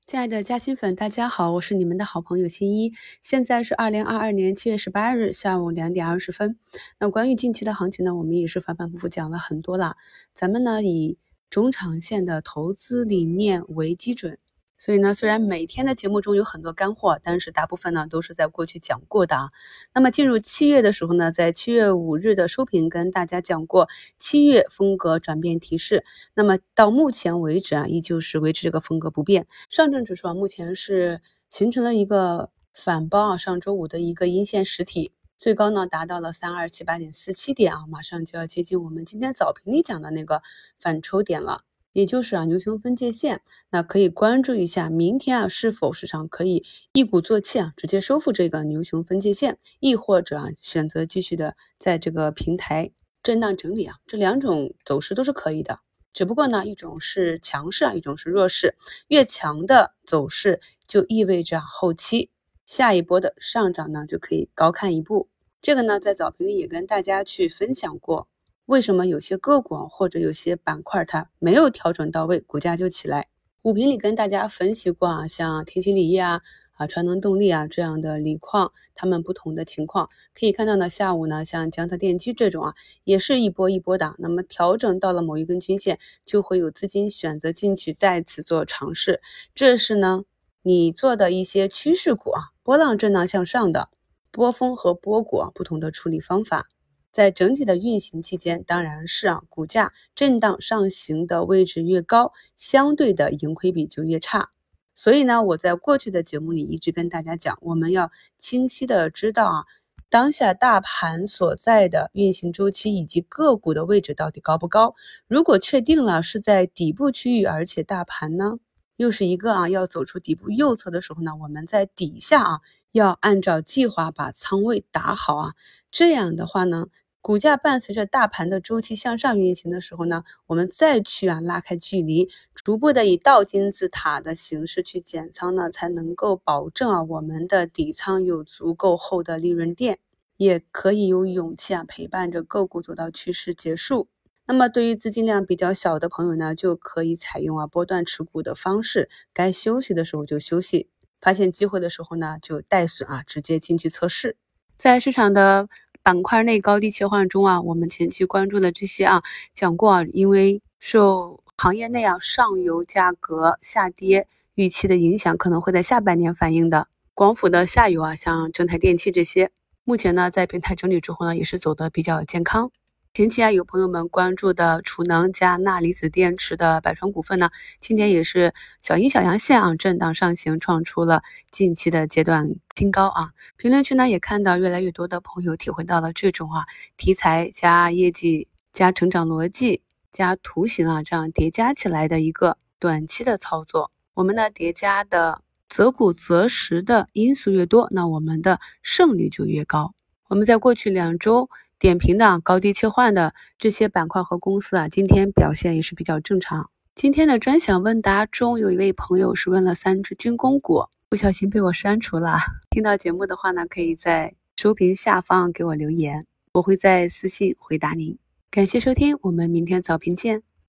亲爱的嘉兴粉，大家好，我是你们的好朋友新一。现在是2022年7月18日下午2点20分。那关于近期的行情呢，我们也是反反复复讲了很多了。咱们呢以中长线的投资理念为基准，所以呢虽然每天的节目中有很多干货，但是大部分呢都是在过去讲过的啊。那么进入7月的时候呢，在7月5日的收评跟大家讲过7月风格转变提示。那么到目前为止啊，依旧是维持这个风格不变。上证指数啊，目前是形成了一个反包啊，上周五的一个阴线实体，最高呢达到了3278.47点啊，马上就要接近我们今天早评里讲的那个反抽点了，也就是啊牛熊分界线。那可以关注一下明天啊是否市场可以一鼓作气啊直接收复这个牛熊分界线，亦或者啊选择继续的在这个平台震荡整理啊，这两种走势都是可以的。只不过呢，一种是强势啊，一种是弱势。越强的走势就意味着后期下一波的上涨呢就可以高看一步。这个呢，在早评里也跟大家去分享过，为什么有些个股或者有些板块它没有调整到位，股价就起来。午评里跟大家分析过啊，像天齐锂业传能动力这样的锂矿，它们不同的情况可以看到呢，下午呢像江特电机这种也是一波一波的，那么调整到了某一根均线，就会有资金选择进去再次做尝试。这是呢你做的一些趋势股波浪震荡向上的波峰和波谷不同的处理方法。在整体的运行期间，当然是股价震荡上行的位置越高，相对的盈亏比就越差。所以呢，我在过去的节目里一直跟大家讲，我们要清晰的知道当下大盘所在的运行周期以及个股的位置到底高不高。如果确定了是在底部区域，而且大盘呢又是一个要走出底部右侧的时候呢，我们在底下要按照计划把仓位打好这样的话呢，股价伴随着大盘的周期向上运行的时候呢，我们再去拉开距离，逐步的以倒金字塔的形式去减仓呢，才能够保证我们的底仓有足够厚的利润垫，也可以有勇气陪伴着个股走到趋势结束。那么对于资金量比较小的朋友呢，就可以采用波段持股的方式，该休息的时候就休息，发现机会的时候呢就带损直接进去测试。在市场的板块内高低切换中我们前期关注的这些讲过因为受行业内上游价格下跌预期的影响，可能会在下半年反映的广府的下游像正泰电器这些，目前呢在平台整理之后呢，也是走得比较健康。前期有朋友们关注的储能加钠离子电池的百川股份呢，今天也是小阴小阳线震荡上行，创出了近期的阶段新高评论区呢也看到越来越多的朋友体会到了这种题材加业绩加成长逻辑加图形这样叠加起来的一个短期的操作。我们的叠加的择股择时的因素越多，那我们的胜率就越高。我们在过去2周点评的高低切换的这些板块和公司今天表现也是比较正常。今天的专享问答中，有一位朋友是问了3只军工股，不小心被我删除了。听到节目的话呢，可以在收评下方给我留言，我会在私信回答您。感谢收听，我们明天早评见。